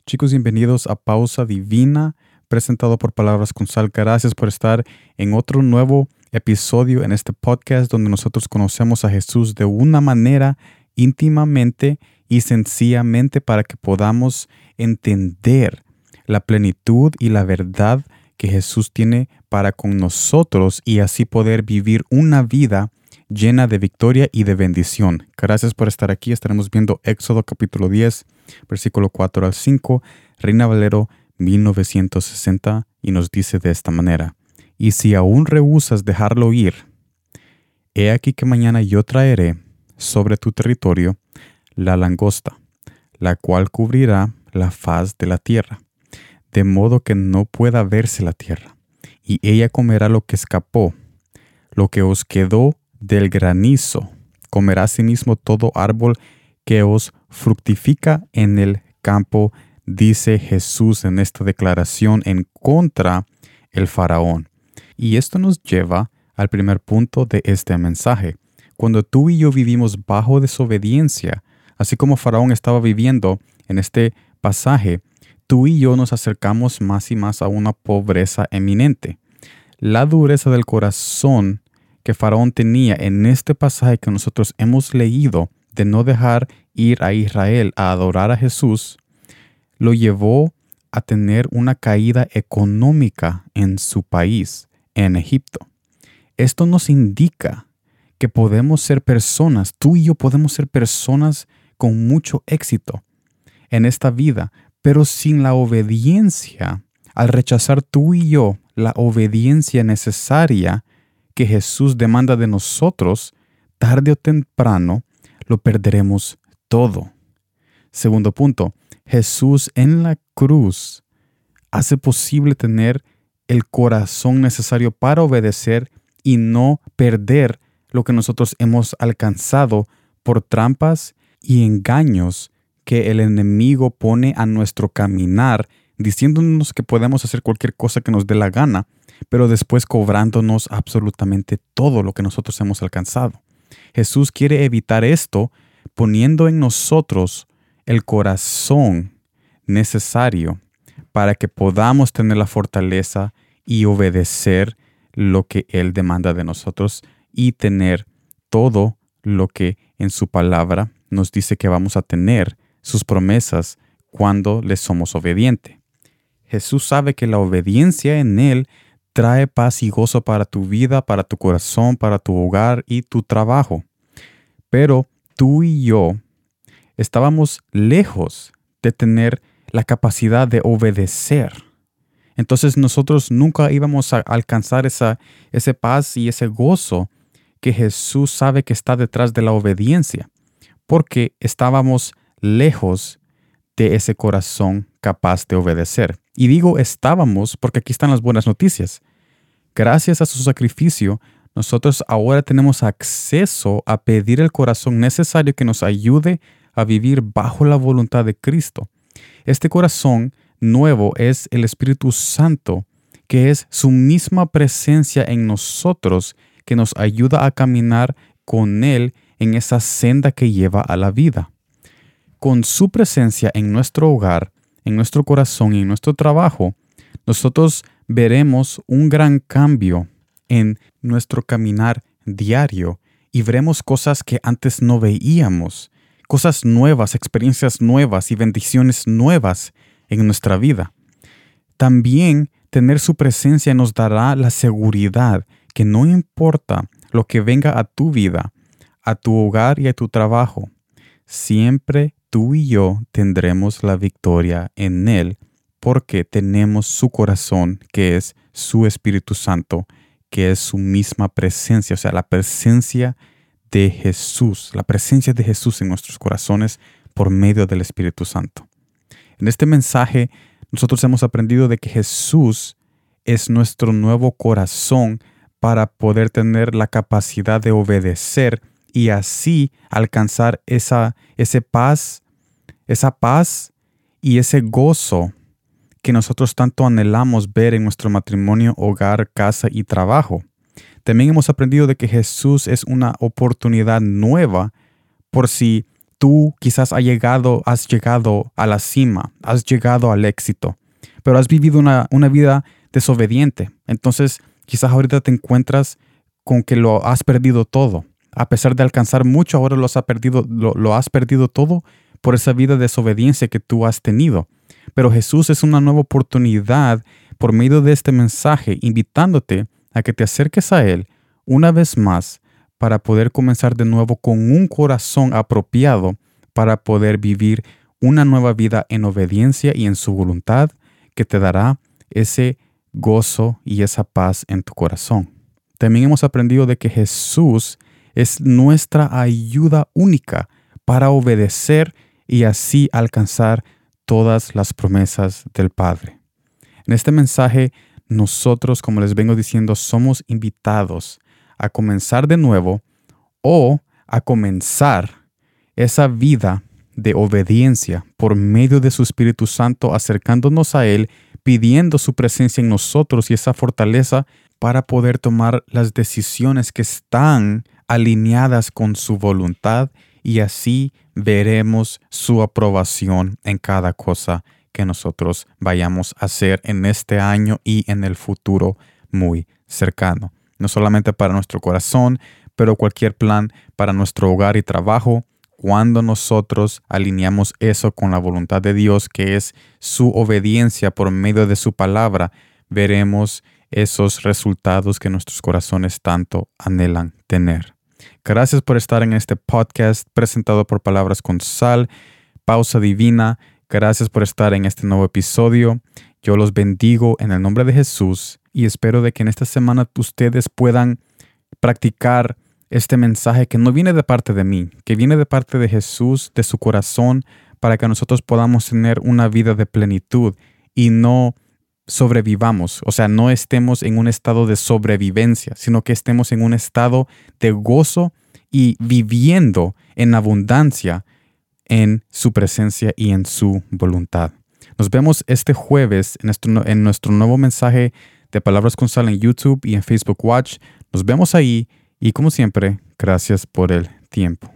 Chicos, bienvenidos a Pausa Divina, presentado por Palabras con Sal. Gracias por estar en otro nuevo episodio en este podcast donde nosotros conocemos a Jesús de una manera íntimamente y sencillamente para que podamos entender la plenitud y la verdad que Jesús tiene para con nosotros y así poder vivir una vida llena de victoria y de bendición. Gracias por estar aquí. Estaremos viendo Éxodo capítulo 10, versículo 4 al 5, Reina Valero 1960, y nos dice de esta manera: Y si aún rehusas dejarlo ir, he aquí que mañana yo traeré sobre tu territorio la langosta, la cual cubrirá la faz de la tierra, de modo que no pueda verse la tierra, y ella comerá lo que escapó, lo que os quedó del granizo. Comerá asimismo todo árbol que os fructifica en el campo, dice Jesús en esta declaración en contra el faraón. Y esto nos lleva al primer punto de este mensaje. Cuando tú y yo vivimos bajo desobediencia, así como faraón estaba viviendo en este pasaje, tú y yo nos acercamos más y más a una pobreza eminente. La dureza del corazón que faraón tenía en este pasaje que nosotros hemos leído de no dejar ir a Israel a adorar a Jesús, lo llevó a tener una caída económica en su país, en Egipto. Esto nos indica que podemos ser personas, tú y yo podemos ser personas con mucho éxito en esta vida, pero sin la obediencia, al rechazar tú y yo la obediencia necesaria que Jesús demanda de nosotros, tarde o temprano lo perderemos todo. Segundo punto, Jesús en la cruz hace posible tener el corazón necesario para obedecer y no perder lo que nosotros hemos alcanzado por trampas y engaños que el enemigo pone a nuestro caminar, diciéndonos que podemos hacer cualquier cosa que nos dé la gana, pero después cobrándonos absolutamente todo lo que nosotros hemos alcanzado. Jesús quiere evitar esto poniendo en nosotros el corazón necesario para que podamos tener la fortaleza y obedecer lo que Él demanda de nosotros y tener todo lo que en su palabra nos dice que vamos a tener, sus promesas, cuando le somos obedientes. Jesús sabe que la obediencia en Él trae paz y gozo para tu vida, para tu corazón, para tu hogar y tu trabajo. Pero tú y yo estábamos lejos de tener la capacidad de obedecer. Entonces nosotros nunca íbamos a alcanzar ese paz y ese gozo que Jesús sabe que está detrás de la obediencia, porque estábamos lejos de ese corazón capaz de obedecer. Y digo estábamos porque aquí están las buenas noticias. Gracias a su sacrificio, nosotros ahora tenemos acceso a pedir el corazón necesario que nos ayude a vivir bajo la voluntad de Cristo. Este corazón nuevo es el Espíritu Santo, que es su misma presencia en nosotros, que nos ayuda a caminar con Él en esa senda que lleva a la vida. Con su presencia en nuestro hogar, en nuestro corazón y en nuestro trabajo, nosotros veremos un gran cambio en nuestro caminar diario y veremos cosas que antes no veíamos, cosas nuevas, experiencias nuevas y bendiciones nuevas en nuestra vida. También tener su presencia nos dará la seguridad que no importa lo que venga a tu vida, a tu hogar y a tu trabajo, siempre tú y yo tendremos la victoria en Él porque tenemos su corazón, que es su Espíritu Santo, que es su misma presencia, o sea, la presencia de Jesús, la presencia de Jesús en nuestros corazones por medio del Espíritu Santo. En este mensaje, nosotros hemos aprendido de que Jesús es nuestro nuevo corazón para poder tener la capacidad de obedecer y así alcanzar esa paz y ese gozo que nosotros tanto anhelamos ver en nuestro matrimonio, hogar, casa y trabajo. También hemos aprendido de que Jesús es una oportunidad nueva por si Tú quizás has llegado a la cima, has llegado al éxito, pero has vivido una vida desobediente. Entonces, quizás ahorita te encuentras con que lo has perdido todo. A pesar de alcanzar mucho, ahora lo has perdido todo por esa vida de desobediencia que tú has tenido. Pero Jesús es una nueva oportunidad por medio de este mensaje, invitándote a que te acerques a Él una vez más para poder comenzar de nuevo con un corazón apropiado para poder vivir una nueva vida en obediencia y en su voluntad que te dará ese gozo y esa paz en tu corazón. También hemos aprendido de que Jesús es nuestra ayuda única para obedecer y así alcanzar todas las promesas del Padre. En este mensaje, nosotros, como les vengo diciendo, somos invitados a comenzar de nuevo o a comenzar esa vida de obediencia por medio de su Espíritu Santo, acercándonos a Él, pidiendo su presencia en nosotros y esa fortaleza para poder tomar las decisiones que están alineadas con su voluntad y así veremos su aprobación en cada cosa que nosotros vayamos a hacer en este año y en el futuro muy cercano. No solamente para nuestro corazón, pero cualquier plan para nuestro hogar y trabajo. Cuando nosotros alineamos eso con la voluntad de Dios, que es su obediencia por medio de su palabra, veremos esos resultados que nuestros corazones tanto anhelan tener. Gracias por estar en este podcast presentado por Palabras con Sal, Pausa Divina. Gracias por estar en este nuevo episodio. Yo los bendigo en el nombre de Jesús y espero de que en esta semana ustedes puedan practicar este mensaje que no viene de parte de mí, que viene de parte de Jesús, de su corazón, para que nosotros podamos tener una vida de plenitud y no sobrevivamos, o sea, no estemos en un estado de sobrevivencia, sino que estemos en un estado de gozo y viviendo en abundancia en su presencia y en su voluntad. Nos vemos este jueves en nuestro nuevo mensaje de Palabras con Sal en YouTube y en Facebook Watch. Nos vemos ahí y como siempre, gracias por el tiempo.